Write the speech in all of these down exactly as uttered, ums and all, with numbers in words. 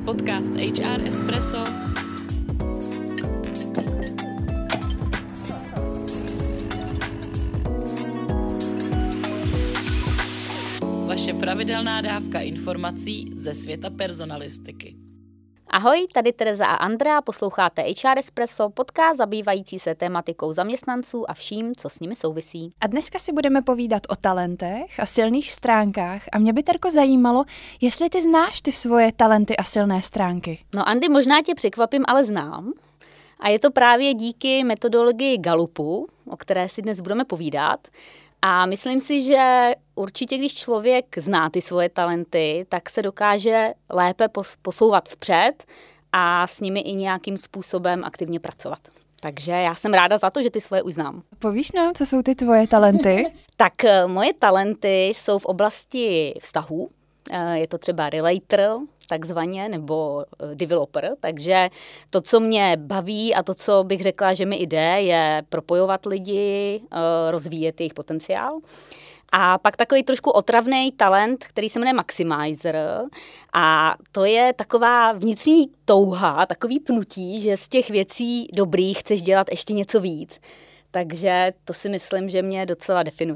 Podcast H R Espresso. Vaše pravidelná dávka informací ze světa personalistiky. Ahoj, tady Tereza a Andrea, posloucháte H R Espresso, podcast zabývající se tématikou zaměstnanců a vším, co s nimi souvisí. A dneska si budeme povídat o talentech a silných stránkách a mě by, Terko, zajímalo, jestli ty znáš ty svoje talenty a silné stránky. No Andy, možná tě překvapím, ale znám. A je to právě díky metodologii Gallupu, o které si dnes budeme povídat. A myslím si, že určitě, když člověk zná ty svoje talenty, tak se dokáže lépe posouvat vpřed a s nimi i nějakým způsobem aktivně pracovat. Takže já jsem ráda za to, že ty svoje už znám. Povíš nám, co jsou ty tvoje talenty? Tak moje talenty jsou v oblasti vztahů. Je to třeba relator, takzvaně, nebo developer. Takže to, co mě baví a to, co bych řekla, že mi jde, je propojovat lidi, rozvíjet jejich potenciál. A pak takový trošku otravný talent, který se jmenuje maximizer. A to je taková vnitřní touha, takový pnutí, že z těch věcí dobrých chceš dělat ještě něco víc. Takže to si myslím, že mě docela definuje.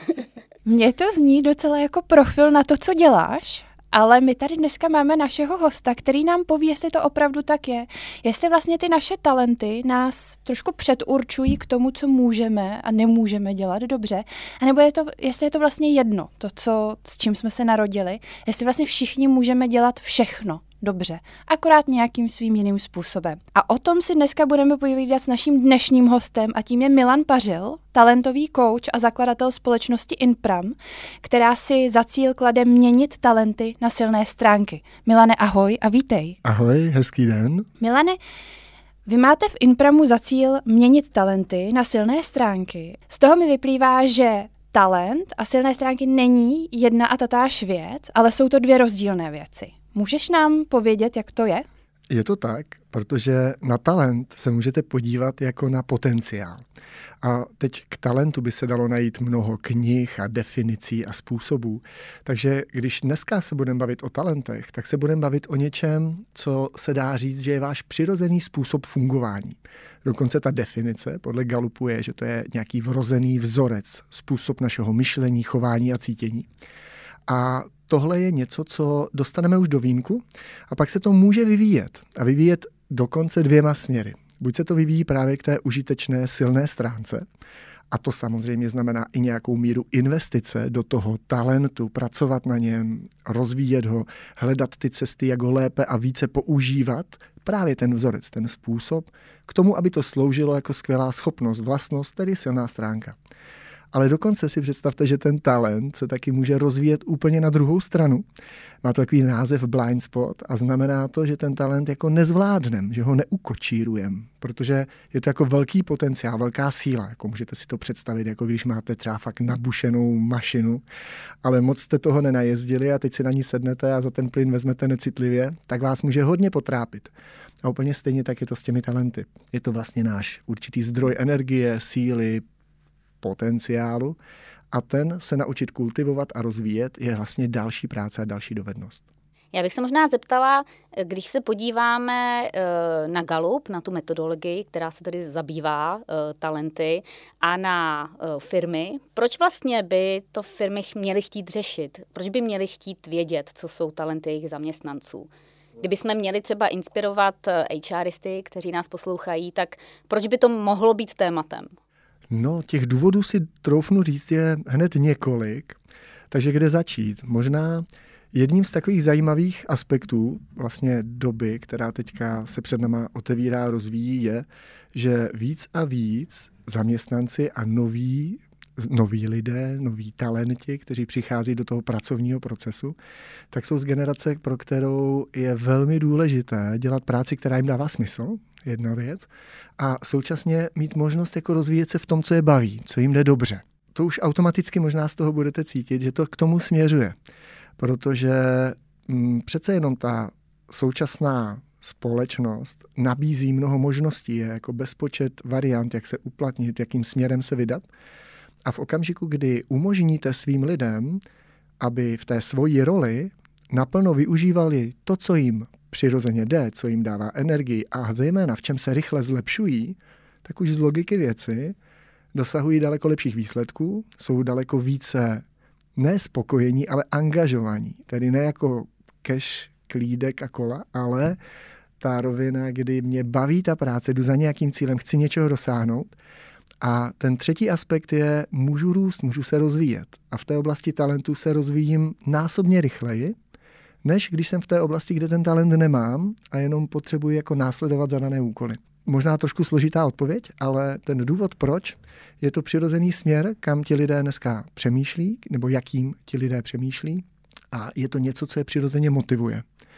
Mně to zní docela jako profil na to, co děláš, ale my tady dneska máme našeho hosta, který nám poví, jestli to opravdu tak je. Jestli vlastně ty naše talenty nás trošku předurčují k tomu, co můžeme a nemůžeme dělat dobře, anebo je to, jestli je to vlastně jedno, to, co, s čím jsme se narodili, jestli vlastně všichni můžeme dělat všechno dobře, akorát nějakým svým jiným způsobem. A o tom si dneska budeme povídat s naším dnešním hostem a tím je Milan Pařil, talentový coach a zakladatel společnosti Inpram, která si za cíl klade měnit talenty na silné stránky. Milane, ahoj a vítej. Ahoj, hezký den. Milane, vy máte v Inpramu za cíl měnit talenty na silné stránky. Z toho mi vyplývá, že talent a silné stránky není jedna a tatáž věc, ale jsou to dvě rozdílné věci. Můžeš nám povědět, jak to je? Je to tak, protože na talent se můžete podívat jako na potenciál. A teď k talentu by se dalo najít mnoho knih a definicí a způsobů. Takže když dneska se budeme bavit o talentech, tak se budeme bavit o něčem, co se dá říct, že je váš přirozený způsob fungování. Dokonce ta definice podle Gallupu je, že to je nějaký vrozený vzorec, způsob našeho myšlení, chování a cítění. A tohle je něco, co dostaneme už do vínku a pak se to může vyvíjet. A vyvíjet dokonce dvěma směry. Buď se to vyvíjí právě k té užitečné silné stránce, a to samozřejmě znamená i nějakou míru investice do toho talentu, pracovat na něm, rozvíjet ho, hledat ty cesty, jak ho lépe a více používat, právě ten vzorec, ten způsob, k tomu, aby to sloužilo jako skvělá schopnost, vlastnost, tedy silná stránka. Ale dokonce si představte, že ten talent se taky může rozvíjet úplně na druhou stranu. Má to takový název blind spot a znamená to, že ten talent jako nezvládnem, že ho neukočírujem, protože je to jako velký potenciál, velká síla. Jako můžete si to představit, jako když máte třeba fakt nabušenou mašinu, ale moc jste toho nenajezdili a teď si na ní sednete a za ten plyn vezmete necitlivě, tak vás může hodně potrápit. A úplně stejně tak je to s těmi talenty. Je to vlastně náš určitý zdroj energie, síly, potenciálu a ten se naučit kultivovat a rozvíjet je vlastně další práce a další dovednost. Já bych se možná zeptala, když se podíváme na Gallup, na tu metodologii, která se tady zabývá talenty a na firmy, proč vlastně by to firmy měly chtít řešit? Proč by měly chtít vědět, co jsou talenty jejich zaměstnanců? Kdybychom měli třeba inspirovat HRisty, kteří nás poslouchají, tak proč by to mohlo být tématem? No, těch důvodů si troufnu říct je hned několik, takže kde začít? Možná jedním z takových zajímavých aspektů vlastně doby, která teďka se před náma otevírá a rozvíjí, je, že víc a víc zaměstnanci a noví, noví lidé, noví talenti, kteří přichází do toho pracovního procesu, tak jsou z generace, pro kterou je velmi důležité dělat práci, která jim dává smysl, jedna věc, a současně mít možnost jako rozvíjet se v tom, co je baví, co jim jde dobře. To už automaticky možná z toho budete cítit, že to k tomu směřuje, protože m, přece jenom ta současná společnost nabízí mnoho možností, je jako bezpočet variant, jak se uplatnit, jakým směrem se vydat. A v okamžiku, kdy umožníte svým lidem, aby v té svoji roli naplno využívali to, co jim přirozeně jde, co jim dává energii a zejména v čem se rychle zlepšují, tak už z logiky věci dosahují daleko lepších výsledků, jsou daleko více nespokojení, ale angažovaní. Tedy ne jako cash, klídek a kola, ale ta rovina, kdy mě baví ta práce, jdu za nějakým cílem, chci něčeho dosáhnout. A ten třetí aspekt je, můžu růst, můžu se rozvíjet. A v té oblasti talentu se rozvíjím násobně rychleji, než když jsem v té oblasti, kde ten talent nemám a jenom potřebuji jako následovat zadané úkoly. Možná trošku složitá odpověď, ale ten důvod proč je to přirozený směr, kam ti lidé dneska přemýšlí, nebo jakým ti lidé přemýšlí. A je to něco, co je přirozeně motivuje.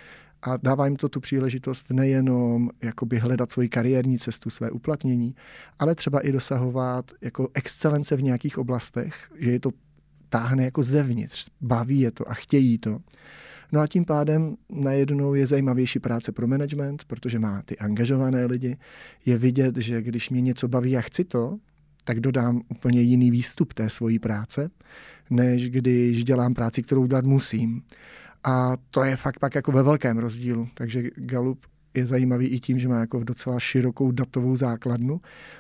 A dává jim to tu příležitost nejenom jakoby hledat svoji kariérní cestu, své uplatnění, ale třeba i dosahovat jako excelence v nějakých oblastech, že je to táhne jako zevnitř, baví je to a chtějí to. No a tím pádem najednou je zajímavější práce pro management, protože má ty angažované lidi. Je vidět, že když mě něco baví a chci to, tak dodám úplně jiný výstup té svojí práce, než když dělám práci, kterou dělat musím. A to je fakt pak jako ve velkém rozdílu. Takže Gallup je zajímavý i tím, že má jako docela širokou datovou základnu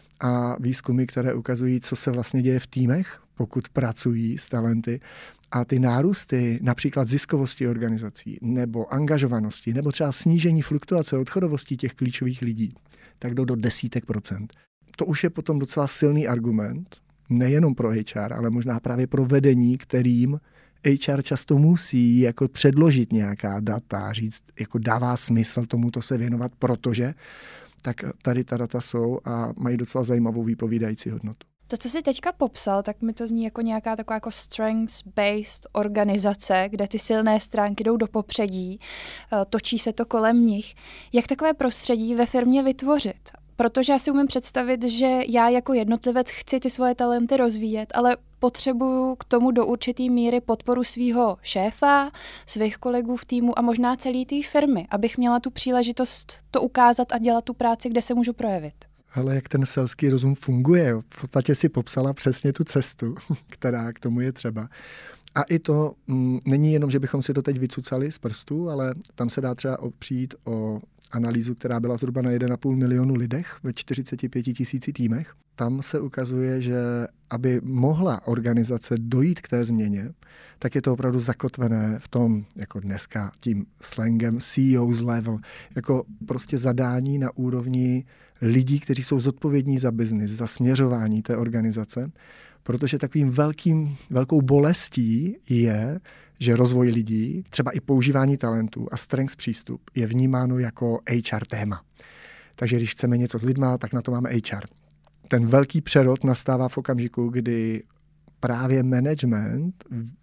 a výzkumy, které ukazují, co se vlastně děje v týmech, pokud pracují s talenty. A ty nárůsty, například ziskovosti organizací, nebo angažovanosti, nebo třeba snížení fluktuace odchodovosti těch klíčových lidí, tak jdou do desítek procent. To už je potom docela silný argument, nejenom pro H R, ale možná právě pro vedení, kterým H R často musí jako předložit nějaká data, říct, jako dává smysl tomuto se věnovat, protože tak tady ta data jsou a mají docela zajímavou výpovídající hodnotu. To, co jsi teďka popsal, tak mi to zní jako nějaká taková jako strengths-based organizace, kde ty silné stránky jdou do popředí, točí se to kolem nich. Jak takové prostředí ve firmě vytvořit? Protože já si umím představit, že já jako jednotlivec chci ty svoje talenty rozvíjet, ale potřebuju k tomu do určitý míry podporu svého šéfa, svých kolegů v týmu a možná celé té firmy, abych měla tu příležitost to ukázat a dělat tu práci, kde se můžu projevit. Ale jak ten selský rozum funguje, jo? V podstatě si popsala přesně tu cestu, která k tomu je třeba. A i to m, není jenom, že bychom si to teď vycucali z prstů, ale tam se dá třeba opřít o analýzu, která byla zhruba na jeden a půl milionu lidech ve čtyřiceti pěti tisíci týmech. Tam se ukazuje, že aby mohla organizace dojít k té změně, tak je to opravdu zakotvené v tom, jako dneska tím slangem C E O's level, jako prostě zadání na úrovni lidí, kteří jsou zodpovědní za biznis, za směřování té organizace, protože takovým velkým, velkou bolestí je, že rozvoj lidí, třeba i používání talentů a strengths přístup je vnímáno jako H R téma. Takže když chceme něco s lidma, tak na to máme H R. Ten velký přerod nastává v okamžiku, kdy právě management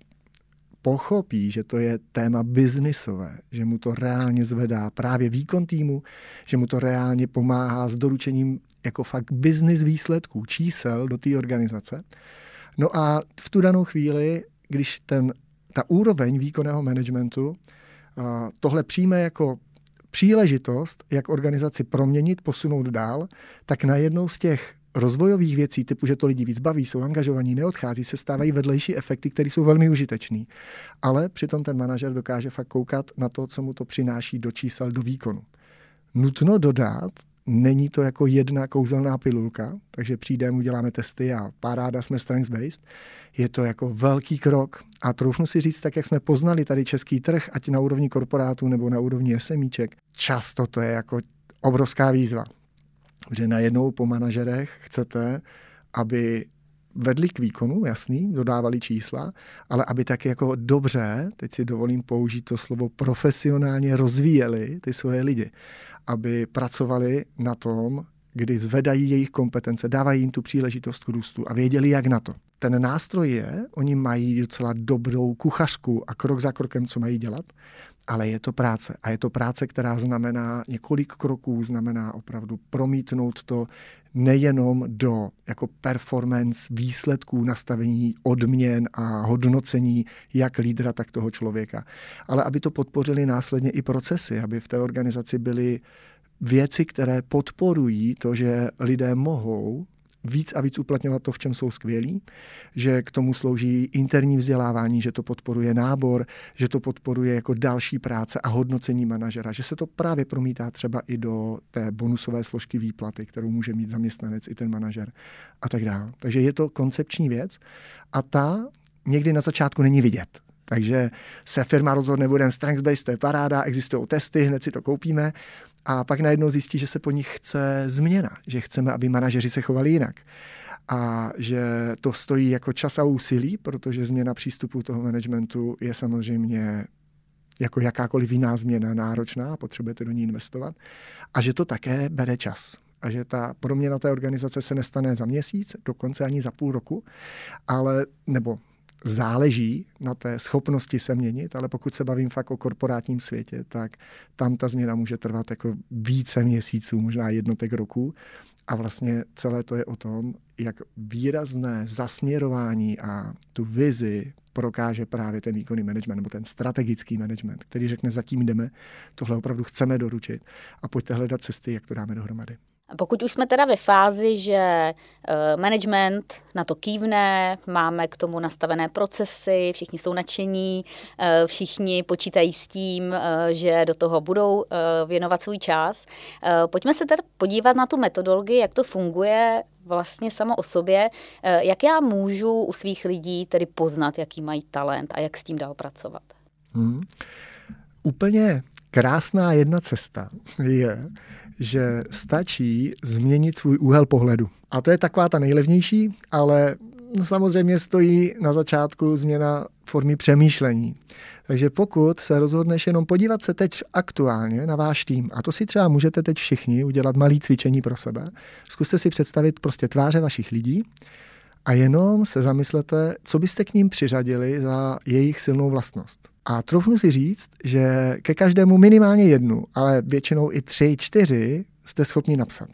pochopí, že to je téma biznisové, že mu to reálně zvedá právě výkon týmu, že mu to reálně pomáhá s doručením jako fakt business výsledků, čísel do té organizace. No a v tu danou chvíli, když ten, ta úroveň výkonného managementu a tohle přijme jako příležitost, jak organizaci proměnit, posunout dál, tak najednou z těch rozvojových věcí, typu, že to lidi víc baví, jsou angažovaní, neodchází, se stávají vedlejší efekty, které jsou velmi užitečný. Ale přitom ten manažer dokáže fakt koukat na to, co mu to přináší do čísel, do výkonu. Nutno dodat, není to jako jedna kouzelná pilulka, takže přijdeme, uděláme testy a paráda, jsme strengths-based. Je to jako velký krok a troufnu si říct, tak jak jsme poznali tady český trh, ať na úrovni korporátů nebo na úrovni SMíček, často to je jako obrovská výzva. Že najednou po manažerech chcete, aby vedli k výkonu, jasný, dodávali čísla, ale aby taky jako dobře, teď si dovolím použít to slovo profesionálně, rozvíjeli ty svoje lidi. Aby pracovali na tom, kdy zvedají jejich kompetence, dávají jim tu příležitost k růstu a věděli, jak na to. Ten nástroj je, oni mají docela dobrou kuchařku a krok za krokem, co mají dělat, ale je to práce. A je to práce, která znamená několik kroků, znamená opravdu promítnout to nejenom do jako performance výsledků, nastavení odměn a hodnocení jak lídra, tak toho člověka. Ale aby to podpořili následně i procesy, aby v té organizaci byly věci, které podporují to, že lidé mohou víc a víc uplatňovat to, v čem jsou skvělí, že k tomu slouží interní vzdělávání, že to podporuje nábor, že to podporuje jako další práce a hodnocení manažera, že se to právě promítá třeba i do té bonusové složky výplaty, kterou může mít zaměstnanec i ten manažer a tak dále. Takže je to koncepční věc a ta někdy na začátku není vidět. Takže se firma rozhodne, budeme strengths-based, to je paráda, existují testy, hned si to koupíme a pak najednou zjistí, že se po nich chce změna, že chceme, aby manažeři se chovali jinak a že to stojí jako čas a úsilí, protože změna přístupu toho managementu je samozřejmě jako jakákoliv jiná změna náročná a potřebujete do ní investovat a že to také bere čas. A že ta proměna té organizace se nestane za měsíc, dokonce ani za půl roku, ale nebo záleží na té schopnosti se měnit, ale pokud se bavím fakt o korporátním světě, tak tam ta změna může trvat jako více měsíců, možná jednotek roků. A vlastně celé to je o tom, jak výrazné zasměrování a tu vizi prokáže právě ten výkonný management nebo ten strategický management, který řekne, zatím jdeme, tohle opravdu chceme doručit a pojďte hledat cesty, jak to dáme dohromady. A pokud už jsme teda ve fázi, že uh, management na to kývne, máme k tomu nastavené procesy, všichni jsou nadšení, uh, všichni počítají s tím, uh, že do toho budou uh, věnovat svůj čas. Uh, pojďme se teda podívat na tu metodologii, jak to funguje vlastně samo o sobě. Uh, jak já můžu u svých lidí tedy poznat, jaký mají talent a jak s tím dál pracovat? Hmm. Úplně krásná jedna cesta je, že stačí změnit svůj úhel pohledu. A to je taková ta nejlevnější, ale samozřejmě stojí na začátku změna formy přemýšlení. Takže pokud se rozhodneš jenom podívat se teď aktuálně na váš tým, a to si třeba můžete teď všichni udělat malé cvičení pro sebe, zkuste si představit prostě tváře vašich lidí a jenom se zamyslete, co byste k ním přiřadili za jejich silnou vlastnost. A troufnu si říct, že ke každému minimálně jednu, ale většinou i tři, čtyři jste schopni napsat.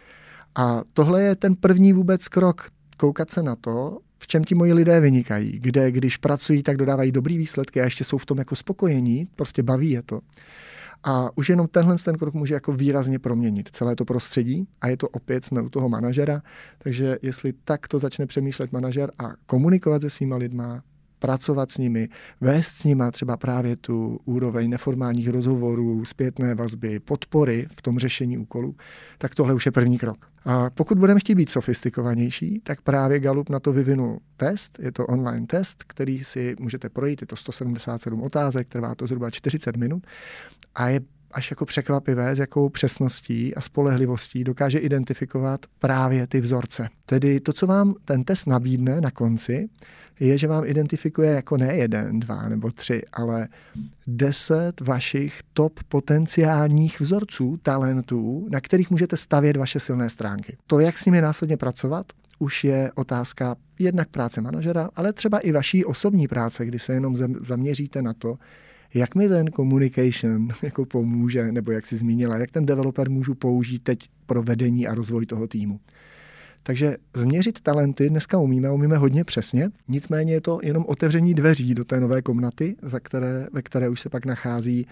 A tohle je ten první vůbec krok, koukat se na to, v čem ti moji lidé vynikají, kde když pracují, tak dodávají dobrý výsledky a ještě jsou v tom jako spokojení, prostě baví je to. A už jenom tenhle ten krok může jako výrazně proměnit celé to prostředí a je to opět, jsme u toho manažera, takže jestli takto začne přemýšlet manažer a komunikovat se svýma lidma, pracovat s nimi, vést s nima třeba právě tu úroveň neformálních rozhovorů, zpětné vazby, podpory v tom řešení úkolů, tak tohle už je první krok. A pokud budeme chtít být sofistikovanější, tak právě Gallup na to vyvinul test, je to online test, který si můžete projít, je to sto sedmdesát sedm otázek, trvá to zhruba čtyřicet minut a je až jako překvapivé, s jakou přesností a spolehlivostí dokáže identifikovat právě ty vzorce. Tedy to, co vám ten test nabídne na konci, je, že vám identifikuje jako ne jeden, dva nebo tři, ale deset vašich top potenciálních vzorců, talentů, na kterých můžete stavět vaše silné stránky. To, jak s nimi následně pracovat, už je otázka jednak práce manažera, ale třeba i vaší osobní práce, kdy se jenom zaměříte na to, jak mi ten communication jako pomůže, nebo jak jsi zmínila, jak ten developer můžu použít teď pro vedení a rozvoj toho týmu. Takže změřit talenty dneska umíme, umíme hodně přesně, nicméně je to jenom otevření dveří do té nové komnaty, za které, ve které už se pak nachází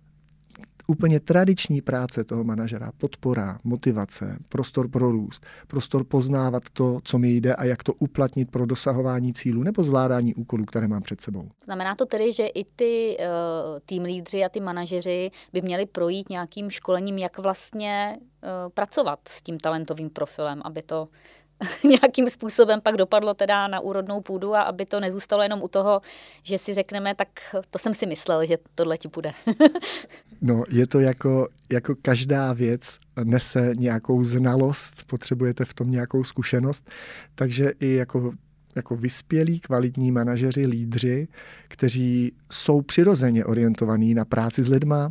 úplně tradiční práce toho manažera, podpora, motivace, prostor pro růst, prostor poznávat to, co mi jde a jak to uplatnit pro dosahování cílů nebo zvládání úkolů, které mám před sebou. Znamená to tedy, že i ty uh, tým lídři a ty manažeři by měli projít nějakým školením, jak vlastně uh, pracovat s tím talentovým profilem, aby to nějakým způsobem pak dopadlo teda na úrodnou půdu a aby to nezůstalo jenom u toho, že si řekneme, tak to jsem si myslel, že tohle ti půjde. No, je to jako, jako každá věc nese nějakou znalost, potřebujete v tom nějakou zkušenost, takže i jako, jako vyspělí, kvalitní manažeři, lídři, kteří jsou přirozeně orientovaní na práci s lidma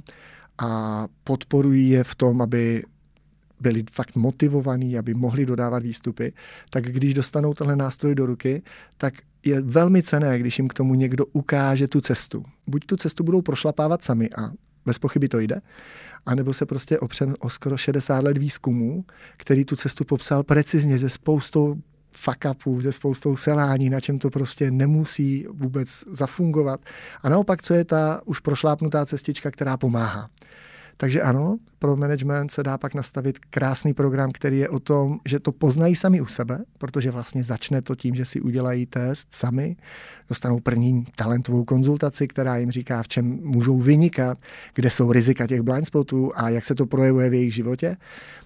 a podporují je v tom, aby byli fakt motivovaní, aby mohli dodávat výstupy, tak když dostanou tenhle nástroj do ruky, tak je velmi cenné, když jim k tomu někdo ukáže tu cestu. Buď tu cestu budou prošlapávat sami a bez pochyby to jde, anebo se prostě opřeme o skoro šedesát let výzkumu, který tu cestu popsal precizně se spoustou fuck-upů, se spoustou selhání, na čem to prostě nemusí vůbec zafungovat. A naopak, co je ta už prošlápnutá cestička, která pomáhá. Takže ano, pro management se dá pak nastavit krásný program, který je o tom, že to poznají sami u sebe, protože vlastně začne to tím, že si udělají test sami, dostanou první talentovou konzultaci, která jim říká, v čem můžou vynikat, kde jsou rizika těch blind spotů a jak se to projevuje v jejich životě.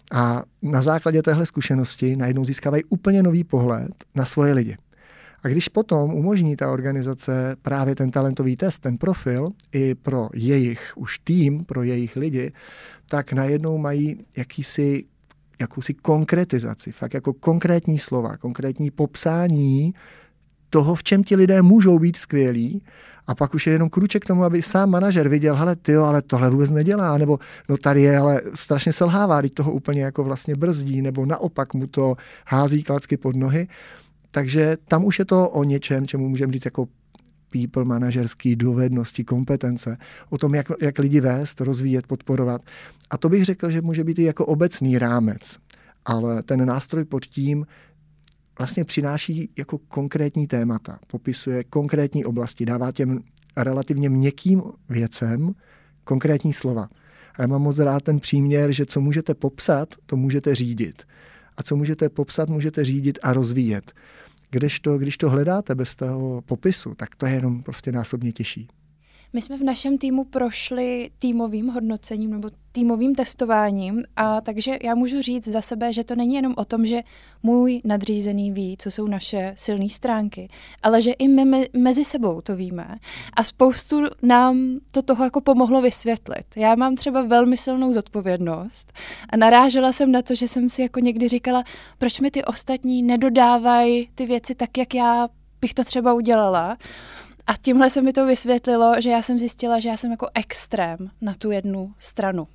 A na základě téhle zkušenosti najednou získávají úplně nový pohled na svoje lidi. A když potom umožní ta organizace právě ten talentový test, ten profil i pro jejich už tým, pro jejich lidi, tak najednou mají jakýsi, jakousi konkretizaci, fakt jako konkrétní slova, konkrétní popsání toho, v čem ti lidé můžou být skvělí. A pak už je jenom krůček k tomu, aby sám manažer viděl, hele, tyjo, ale tohle vůbec nedělá, nebo no tady je, ale strašně selhává, teď toho úplně jako vlastně brzdí, nebo naopak mu to hází klacky pod nohy. Takže tam už je to o něčem, čemu můžeme říct jako people manažerský dovednosti, kompetence, o tom, jak, jak lidi vést, rozvíjet, podporovat. A to bych řekl, že může být i jako obecný rámec, ale ten nástroj pod tím vlastně přináší jako konkrétní témata, popisuje konkrétní oblasti, dává těm relativně měkkým věcem konkrétní slova. A já mám moc rád ten příměr, že co můžete popsat, to můžete řídit. A co můžete popsat, můžete řídit a rozvíjet. Když to, když to hledáte bez toho popisu, tak to je jenom prostě násobně těžší. My jsme v našem týmu prošli týmovým hodnocením nebo týmovým testováním, a takže já můžu říct za sebe, že to není jenom o tom, že můj nadřízený ví, co jsou naše silné stránky, ale že i my me, mezi sebou to víme a spoustu nám to toho jako pomohlo vysvětlit. Já mám třeba velmi silnou zodpovědnost a narážela jsem na to, že jsem si jako někdy říkala, proč mi ty ostatní nedodávají ty věci tak, jak já bych to třeba udělala. A tímhle se mi to vysvětlilo, že já jsem zjistila, že já jsem jako extrém na tu jednu stranu.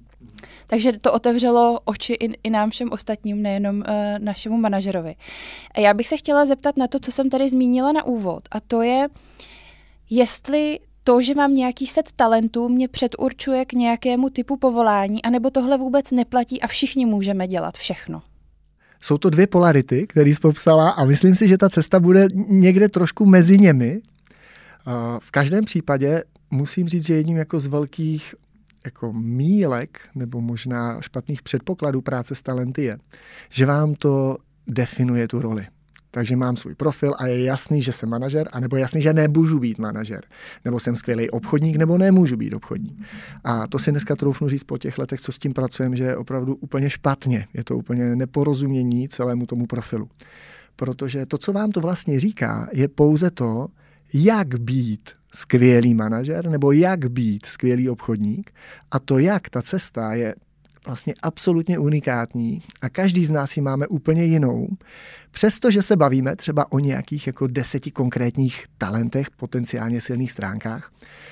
Takže to otevřelo oči i, i nám všem ostatním, nejenom uh, našemu manažerovi. A já bych se chtěla zeptat na to, co jsem tady zmínila na úvod. A to je, jestli to, že mám nějaký set talentů, mě předurčuje k nějakému typu povolání, anebo tohle vůbec neplatí a všichni můžeme dělat všechno. Jsou to dvě polarity, které jsi popsala, a myslím si, že ta cesta bude někde trošku mezi nimi. V každém případě musím říct, že jedním jako z velkých jako mílek nebo možná špatných předpokladů práce s talenty je, že vám to definuje tu roli. Takže mám svůj profil a je jasný, že jsem manažer, anebo jasný, že nemůžu být manažer. Nebo jsem skvělý obchodník, nebo nemůžu být obchodník. A to si dneska troufnu říct po těch letech, co s tím pracujeme, že je opravdu úplně špatně. Je to úplně neporozumění celému tomu profilu. Protože to, co vám to vlastně říká, je pouze to, jak být skvělý manažer nebo jak být skvělý obchodník. A to, jak ta cesta je vlastně absolutně unikátní a každý z nás ji máme úplně jinou. Přestože se bavíme třeba o nějakých jako deseti konkrétních talentech, potenciálně silných stránkách,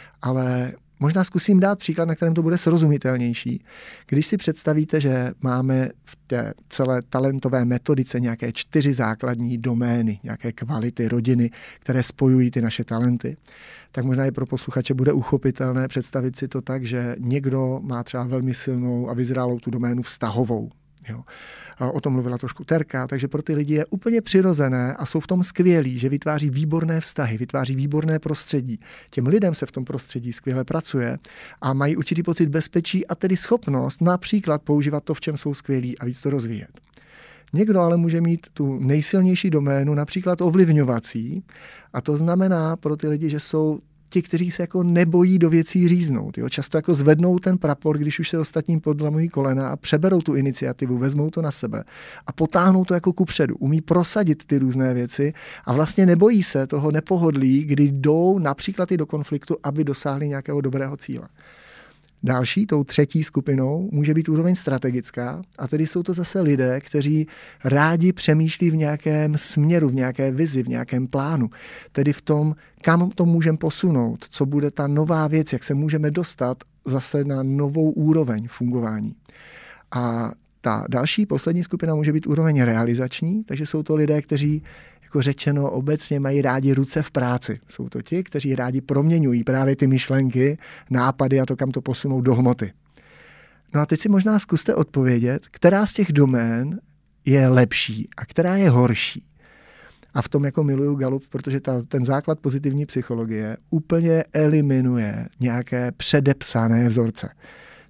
ale možná zkusím dát příklad, na kterém to bude srozumitelnější. Když si představíte, že máme v té celé talentové metodice nějaké čtyři základní domény, nějaké kvality, rodiny, které spojují ty naše talenty, tak možná i pro posluchače bude uchopitelné představit si to tak, že někdo má třeba velmi silnou a vyzrálou tu doménu vztahovou. Jo. O tom mluvila trošku Terka, takže pro ty lidi je úplně přirozené a jsou v tom skvělí, že vytváří výborné vztahy, vytváří výborné prostředí. Těm lidem se v tom prostředí skvěle pracuje a mají určitý pocit bezpečí a tedy schopnost například používat to, v čem jsou skvělí a víc to rozvíjet. Někdo ale může mít tu nejsilnější doménu, například ovlivňovací, a to znamená pro ty lidi, že jsou ti, kteří se jako nebojí do věcí říznout. Jo? Často jako zvednou ten prapor, když už se ostatním podlamují kolena a přeberou tu iniciativu, vezmou to na sebe a potáhnou to jako kupředu. Umí prosadit ty různé věci a vlastně nebojí se toho nepohodlí, kdy jdou například i do konfliktu, aby dosáhli nějakého dobrého cíle. Další, tou třetí skupinou, může být úroveň strategická a tedy jsou to zase lidé, kteří rádi přemýšlí v nějakém směru, v nějaké vizi, v nějakém plánu. Tedy v tom, kam to můžeme posunout, co bude ta nová věc, jak se můžeme dostat zase na novou úroveň fungování. A ta další, poslední skupina může být úroveň realizační, takže jsou to lidé, kteří jako řečeno obecně mají rádi ruce v práci. Jsou to ti, kteří rádi proměňují právě ty myšlenky, nápady a to, kam to posunou do hmoty. No a teď si možná zkuste odpovědět, která z těch domén je lepší a která je horší. A v tom jako miluju Gallup, protože ta, ten základ pozitivní psychologie úplně eliminuje nějaké předepsané vzorce.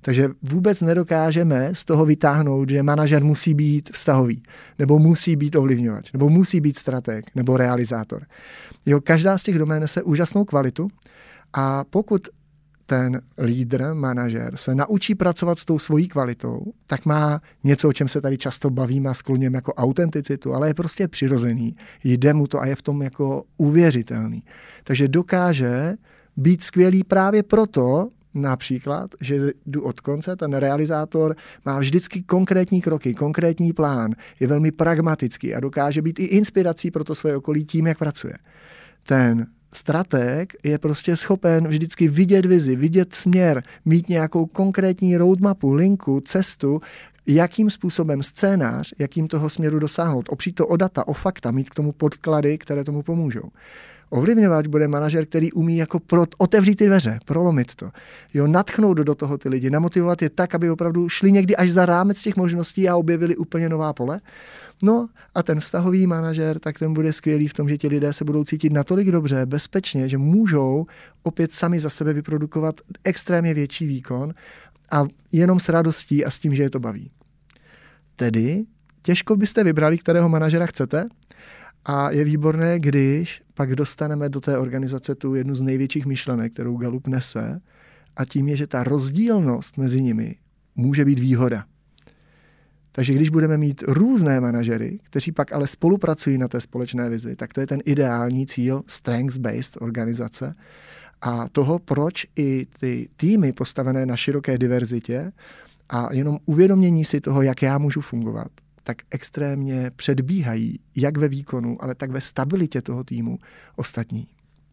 Takže vůbec nedokážeme z toho vytáhnout, že manažer musí být vztahový, nebo musí být ovlivňovač, nebo musí být strateg, nebo realizátor. Jo, každá z těch domén nese úžasnou kvalitu a pokud ten lídr, manažer se naučí pracovat s tou svojí kvalitou, tak má něco, o čem se tady často bavíme a skloněme jako autenticitu, ale je prostě přirozený. Jde mu to a je v tom jako uvěřitelný. Takže dokáže být skvělý právě proto, například, že jdu od konce, ten realizátor má vždycky konkrétní kroky, konkrétní plán, je velmi pragmatický a dokáže být i inspirací pro to své okolí tím, jak pracuje. Ten strateg je prostě schopen vždycky vidět vizi, vidět směr, mít nějakou konkrétní roadmapu, linku, cestu, jakým způsobem scénář, jakým toho směru dosáhnout, opřít to o data, o fakta, mít k tomu podklady, které tomu pomůžou. Ovlivňovač bude manažer, který umí jako pro, otevřít ty dveře, prolomit to, jo, natchnout do toho ty lidi, namotivovat je tak, aby opravdu šli někdy až za rámec těch možností a objevili úplně nová pole. No a ten vztahový manažer, tak ten bude skvělý v tom, že ti lidé se budou cítit natolik dobře, bezpečně, že můžou opět sami za sebe vyprodukovat extrémně větší výkon a jenom s radostí a s tím, že je to baví. Tedy těžko byste vybrali, kterého manažera chcete, a je výborné, když pak dostaneme do té organizace tu jednu z největších myšlenek, kterou Gallup nese, a tím je, že ta rozdílnost mezi nimi může být výhoda. Takže když budeme mít různé manažery, kteří pak ale spolupracují na té společné vizi, tak to je ten ideální cíl strengths-based organizace a toho, proč i ty týmy postavené na široké diverzitě a jenom uvědomění si toho, jak já můžu fungovat, tak extrémně předbíhají jak ve výkonu, ale tak ve stabilitě toho týmu ostatní.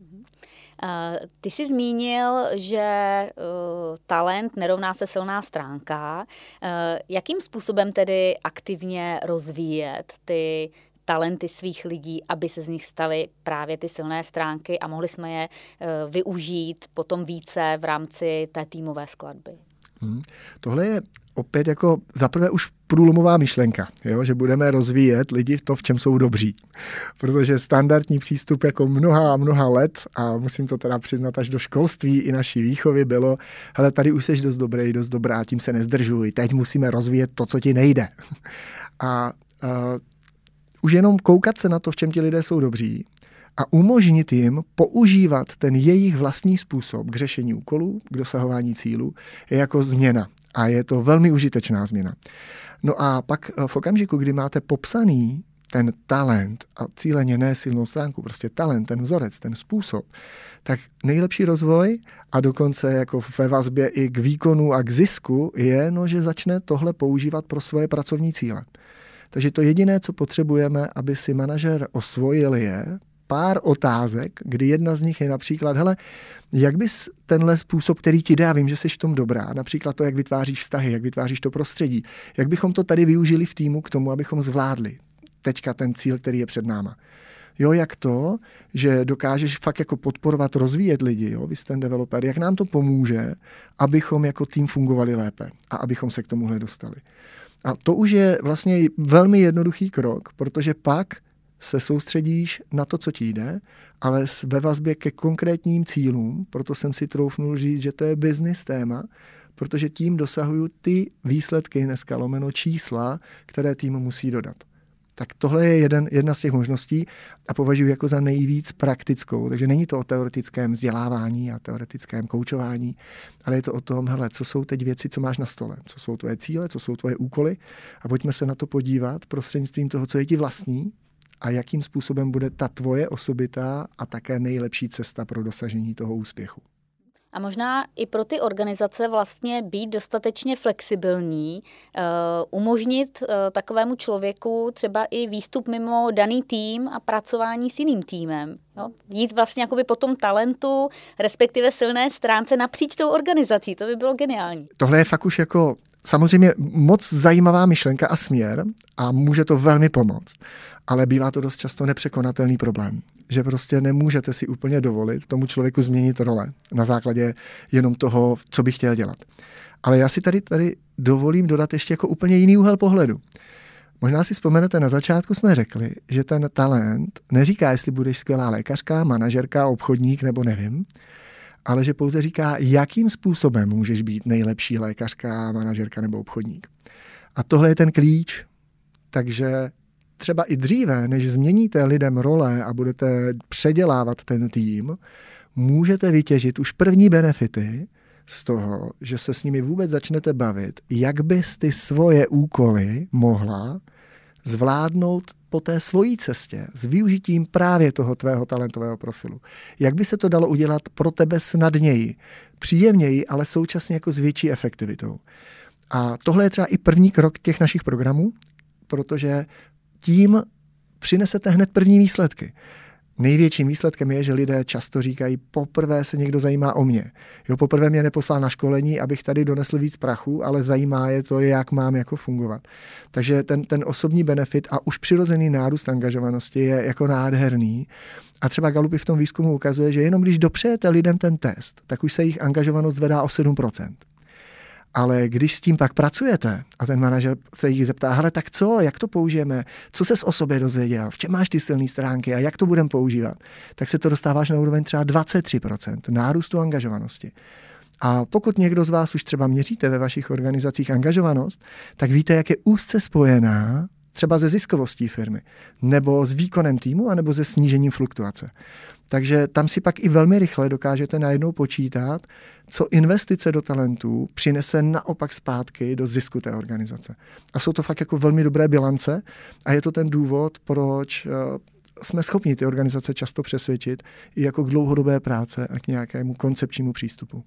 Ty jsi zmínil, že uh, talent nerovná se silná stránka. Uh, jakým způsobem tedy aktivně rozvíjet ty talenty svých lidí, aby se z nich staly právě ty silné stránky a mohli jsme je uh, využít potom více v rámci té týmové skladby? Hmm. Tohle je opět jako zaprvé už průlomová myšlenka, jo? Že budeme rozvíjet lidi v to, v čem jsou dobří. Protože standardní přístup jako mnoha a mnoha let, a musím to teda přiznat až do školství i naší výchovy, bylo, hele, tady už jsi dost dobrý, dost dobrá, tím se nezdržuj, teď musíme rozvíjet to, co ti nejde. A, a už jenom koukat se na to, v čem ti lidé jsou dobří, a umožnit jim používat ten jejich vlastní způsob k řešení úkolů, k dosahování cílů, je jako změna. A je to velmi užitečná změna. No a pak v okamžiku, kdy máte popsaný ten talent a cíleně ne silnou stránku, prostě talent, ten vzorec, ten způsob, tak nejlepší rozvoj a dokonce jako ve vazbě i k výkonu a k zisku je, no, že začne tohle používat pro svoje pracovní cíle. Takže to jediné, co potřebujeme, aby si manažer osvojil, je pár otázek, kdy jedna z nich je například, hele, jak bys tenhle způsob, který ti dá, vím, že jsi v tom dobrá, například to, jak vytváříš vztahy, jak vytváříš to prostředí, jak bychom to tady využili v týmu k tomu, abychom zvládli teďka ten cíl, který je před náma. Jo, jak to, že dokážeš fakt jako podporovat, rozvíjet lidi, jo, vy jste ten developer, jak nám to pomůže, abychom jako tým fungovali lépe a abychom se k tomuhle dostali. A to už je vlastně velmi jednoduchý krok, protože pak se soustředíš na to, co ti jde, ale ve vazbě ke konkrétním cílům, proto jsem si troufnul říct, že to je business téma, protože tím dosahuju ty výsledky dneska lomeno čísla, které tým musí dodat. Tak tohle je jeden, jedna z těch možností a považuji jako za nejvíc praktickou. Takže není to o teoretickém vzdělávání a teoretickém koučování, ale je to o tom, hele, co jsou teď věci, co máš na stole, co jsou tvoje cíle, co jsou tvoje úkoly a pojďme se na to podívat prostřednictvím toho, co je ti vlastní, a jakým způsobem bude ta tvoje osobitá a také nejlepší cesta pro dosažení toho úspěchu. A možná i pro ty organizace vlastně být dostatečně flexibilní, uh, umožnit uh, takovému člověku třeba i výstup mimo daný tým a pracování s jiným týmem. Jo? Jít vlastně jakoby po tom talentu, respektive silné stránce napříč tou organizací, to by bylo geniální. Tohle je fakt už jako samozřejmě moc zajímavá myšlenka a směr a může to velmi pomoct. Ale bývá to dost často nepřekonatelný problém, že prostě nemůžete si úplně dovolit tomu člověku změnit role na základě jenom toho, co by chtěl dělat. Ale já si tady, tady dovolím dodat ještě jako úplně jiný úhel pohledu. Možná si vzpomenete, na začátku jsme řekli, že ten talent neříká, jestli budeš skvělá lékařka, manažerka, obchodník nebo nevím, ale že pouze říká, jakým způsobem můžeš být nejlepší lékařka, manažerka nebo obchodník. A tohle je ten klíč. Takže třeba i dříve, než změníte lidem role a budete předělávat ten tým, můžete vytěžit už první benefity z toho, že se s nimi vůbec začnete bavit, jak bys ty svoje úkoly mohla zvládnout po té svojí cestě s využitím právě toho tvého talentového profilu. Jak by se to dalo udělat pro tebe snadněji, příjemněji, ale současně jako s větší efektivitou. A tohle je třeba i první krok těch našich programů, protože tím přinesete hned první výsledky. Největším výsledkem je, že lidé často říkají, poprvé se někdo zajímá o mě. Jo, poprvé mě neposlal na školení, abych tady donesl víc prachu, ale zajímá je to, jak mám jako fungovat. Takže ten, ten osobní benefit a už přirozený nárůst angažovanosti je jako nádherný. A třeba Gallup v tom výzkumu ukazuje, že jenom když dopřejete lidem ten test, tak už se jich angažovanost zvedá o sedm procent. Ale když s tím pak pracujete a ten manažer se jich zeptá, hele, tak co, jak to použijeme, co ses o sobě dozvěděl, v čem máš ty silné stránky a jak to budeme používat, tak se to dostáváš na úroveň třeba dvacet tři procent nárůstu angažovanosti. A pokud někdo z vás už třeba měříte ve vašich organizacích angažovanost, tak víte, jak je úzce spojená třeba se ziskovostí firmy, nebo s výkonem týmu, anebo se snížením fluktuace. Takže tam si pak i velmi rychle dokážete najednou počítat, co investice do talentů přinese naopak zpátky do zisku té organizace. A jsou to fakt jako velmi dobré bilance a je to ten důvod, proč jsme schopni ty organizace často přesvědčit i jako k dlouhodobé práce a k nějakému koncepčnímu přístupu.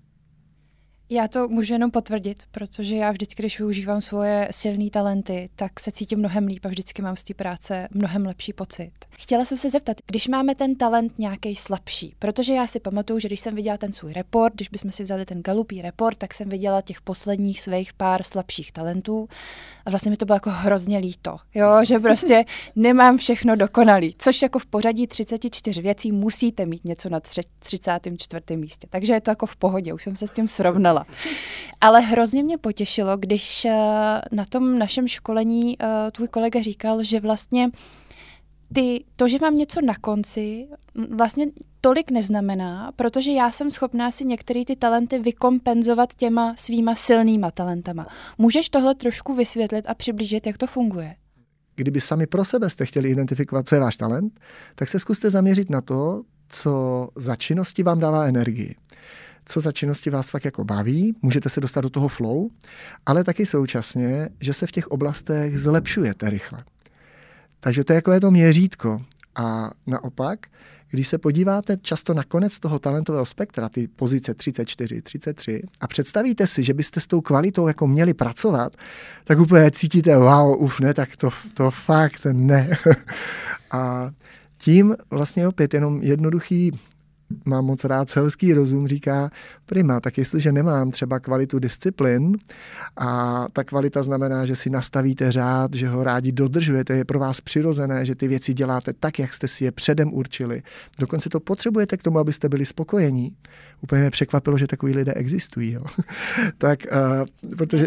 Já to můžu jenom potvrdit, protože já vždycky, když využívám svoje silné talenty, tak se cítím mnohem líp a vždycky mám z té práce mnohem lepší pocit. Chtěla jsem se zeptat, když máme ten talent nějaký slabší, protože já si pamatuju, že když jsem viděla ten svůj report, když bychom si vzali ten Gallupí report, tak jsem viděla těch posledních svých pár slabších talentů a vlastně mi to bylo jako hrozně líto, jo, že prostě nemám všechno dokonalý, což jako v pořadí třicet čtyři věcí musíte mít něco na třicátém čtvrtém místě, takže je to jako v pohodě, už jsem se s tím srovnala. Ale hrozně mě potěšilo, když na tom našem školení tvůj kolega říkal, že vlastně ty, to, že mám něco na konci, vlastně tolik neznamená, protože já jsem schopná si některé ty talenty vykompenzovat těma svýma silnýma talentama. Můžeš tohle trošku vysvětlit a přiblížit, jak to funguje? Kdyby sami pro sebe jste chtěli identifikovat, co je váš talent, tak se zkuste zaměřit na to, co za činnosti vám dává energii. Co za činnosti vás fakt jako baví, můžete se dostat do toho flow, ale taky současně, že se v těch oblastech zlepšujete rychle. Takže to je jako je to měřítko. A naopak, když se podíváte často na konec toho talentového spektra, ty pozice třicet čtyři, třicet tři, a představíte si, že byste s tou kvalitou jako měli pracovat, tak úplně cítíte, wow, uf, ne, tak to, to fakt ne. A tím vlastně opět jenom jednoduchý, mám moc rád selský rozum, říká prima, tak jestliže nemám třeba kvalitu disciplín a ta kvalita znamená, že si nastavíte řád, že ho rádi dodržujete, je pro vás přirozené, že ty věci děláte tak, jak jste si je předem určili. Dokonce to potřebujete k tomu, abyste byli spokojení. Úplně mě překvapilo, že takový lidé existují. Jo. tak, uh, protože...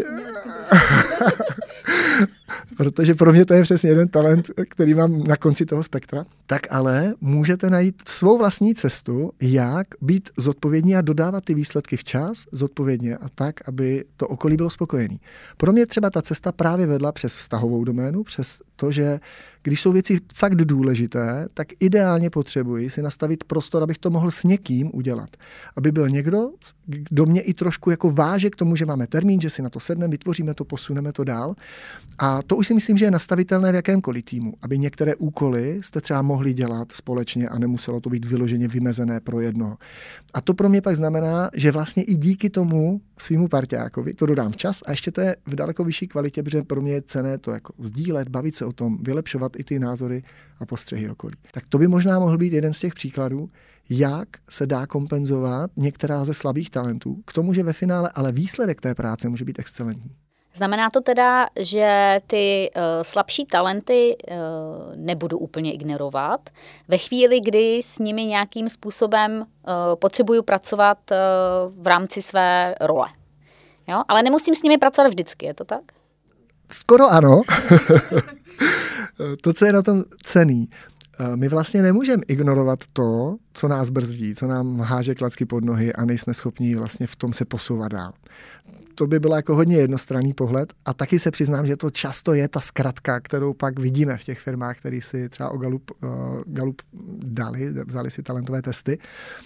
protože pro mě to je přesně jeden talent, který mám na konci toho spektra, tak ale můžete najít svou vlastní cestu, jak být zodpovědní a dodávat ty výsledky včas, zodpovědně a tak, aby to okolí bylo spokojený. Pro mě třeba ta cesta právě vedla přes vztahovou doménu, přes to, že když jsou věci fakt důležité, tak ideálně potřebuji si nastavit prostor, abych to mohl s někým udělat. Aby byl někdo, kdo mě i trošku jako váže k tomu, že máme termín, že si na to sedneme, vytvoříme to, posuneme to dál. A to už si myslím, že je nastavitelné v jakémkoliv týmu, aby některé úkoly jste třeba mohli dělat společně a nemuselo to být vyloženě vymezené pro jednoho. A to pro mě pak znamená, že vlastně i díky tomu svýmu parťákovi to dodám včas a ještě to je v daleko vyšší kvalitě, protože pro mě je cenné to jako sdílet, bavit se o tom, vylepšovat i ty názory a postřehy okolí. Tak to by možná mohl být jeden z těch příkladů, jak se dá kompenzovat některá ze slabých talentů, k tomu, že ve finále ale výsledek té práce může být excelentní. Znamená to teda, že ty uh, slabší talenty uh, nebudu úplně ignorovat. Ve chvíli, kdy s nimi nějakým způsobem uh, potřebuju pracovat uh, v rámci své role. Jo? Ale nemusím s nimi pracovat vždycky, je to tak? Skoro ano. To, co je na tom cenný. my vlastně nemůžeme ignorovat to, co nás brzdí, co nám háže klacky pod nohy a nejsme schopni vlastně v tom se posouvat dál. To by byl jako hodně jednostranný pohled a taky se přiznám, že to často je ta zkratka, kterou pak vidíme v těch firmách, které si třeba o Gallup, uh, Gallup dali, vzali si talentové testy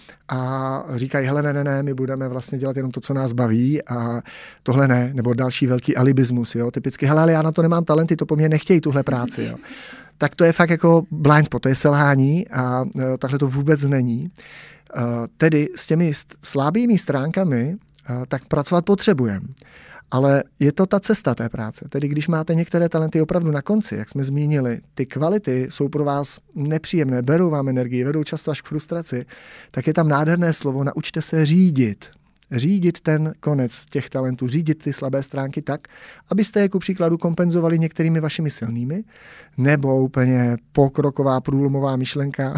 a říkají, hele, ne, ne, ne, my budeme vlastně dělat jenom to, co nás baví a tohle ne, nebo další velký alibismus, jo, typicky, hele, ale já na to nemám talenty, to po mně nechtějí tuhle práci, jo. Tak to je fakt jako blind spot, to je selhání a uh, takhle to vůbec není. Uh, tedy s těmi slabými stránkami tak pracovat potřebujeme. Ale je to ta cesta té práce. Tedy když máte některé talenty opravdu na konci, jak jsme zmínili, ty kvality jsou pro vás nepříjemné, berou vám energii, vedou často až k frustraci, tak je tam nádherné slovo, naučte se řídit. Řídit ten konec těch talentů, řídit ty slabé stránky tak, abyste je ku příkladu kompenzovali některými vašimi silnými, nebo úplně pokroková průlomová myšlenka,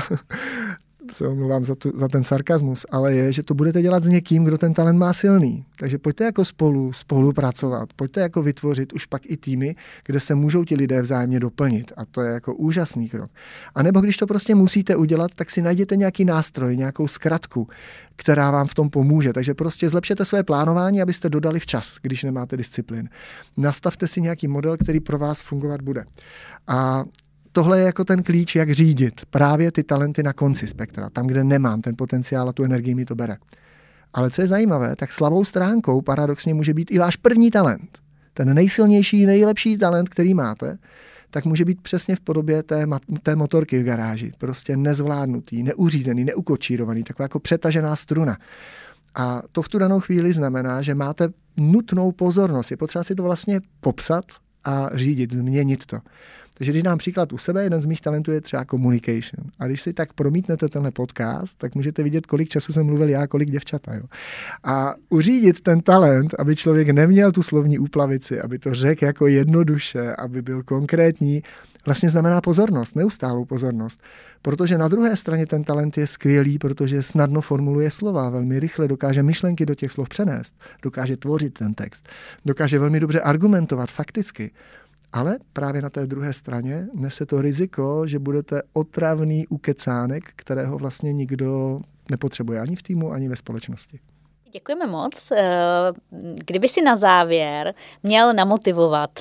se omlouvám za, tu, za ten sarkazmus, ale je, že to budete dělat s někým, kdo ten talent má silný. Takže pojďte jako spolu spolupracovat, pojďte jako vytvořit už pak i týmy, kde se můžou ti lidé vzájemně doplnit a to je jako úžasný krok. A nebo když to prostě musíte udělat, tak si najděte nějaký nástroj, nějakou zkratku, která vám v tom pomůže. Takže prostě zlepšete své plánování, abyste dodali včas, když nemáte disciplín. Nastavte si nějaký model, který pro vás fungovat bude. A tohle je jako ten klíč, jak řídit právě ty talenty na konci spektra, tam, kde nemám ten potenciál a tu energii mi to bere. Ale co je zajímavé, tak slabou stránkou paradoxně může být i váš první talent. Ten nejsilnější, nejlepší talent, který máte, tak může být přesně v podobě té, té motorky v garáži. Prostě nezvládnutý, neuřízený, neukočírovaný, taková jako přetažená struna. A to v tu danou chvíli znamená, že máte nutnou pozornost. Je potřeba si to vlastně popsat a řídit, změnit to. Takže když dám příklad u sebe, jeden z mých talentů je třeba communication. A když si tak promítnete tenhle podcast, tak můžete vidět, kolik času jsem mluvil já, kolik děvčata. Jo. A uřídit ten talent, aby člověk neměl tu slovní úplavici, aby to řekl jako jednoduše, aby byl konkrétní, vlastně znamená pozornost, neustálou pozornost. Protože na druhé straně ten talent je skvělý, protože snadno formuluje slova, velmi rychle dokáže myšlenky do těch slov přenést, dokáže tvořit ten text, dokáže velmi dobře argumentovat fakticky. Ale právě na té druhé straně nese to riziko, že budete otravný ukecánek, kterého vlastně nikdo nepotřebuje ani v týmu, ani ve společnosti. Děkujeme moc. Kdyby si na závěr měl namotivovat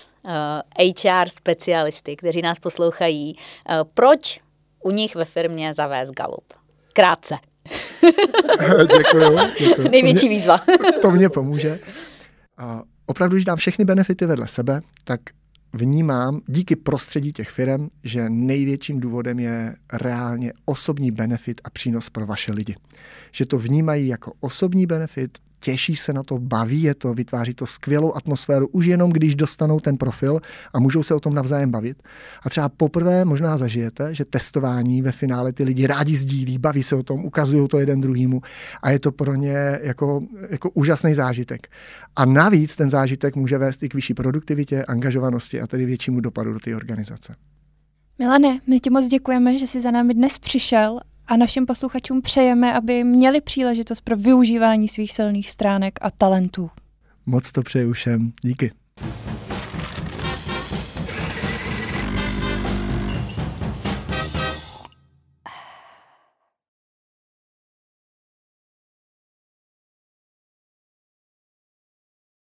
H R specialisty, kteří nás poslouchají, proč u nich ve firmě zavést Gallup? Krátce. Děkuju, děkuju. Největší výzva. To mě pomůže. Opravdu, když dám všechny benefity vedle sebe, tak vnímám díky prostředí těch firem, že největším důvodem je reálně osobní benefit a přínos pro vaše lidi. Že to vnímají jako osobní benefit, těší se na to, baví je to, vytváří to skvělou atmosféru, už jenom když dostanou ten profil a můžou se o tom navzájem bavit. A třeba poprvé možná zažijete, že testování ve finále ty lidi rádi sdílí, baví se o tom, ukazují to jeden druhýmu a je to pro ně jako, jako úžasný zážitek. A navíc ten zážitek může vést i k vyšší produktivitě, angažovanosti a tedy většímu dopadu do té organizace. Milane, my ti moc děkujeme, že jsi za námi dnes přišel a našim posluchačům přejeme, aby měli příležitost pro využívání svých silných stránek a talentů. Moc to přeju všem. Díky.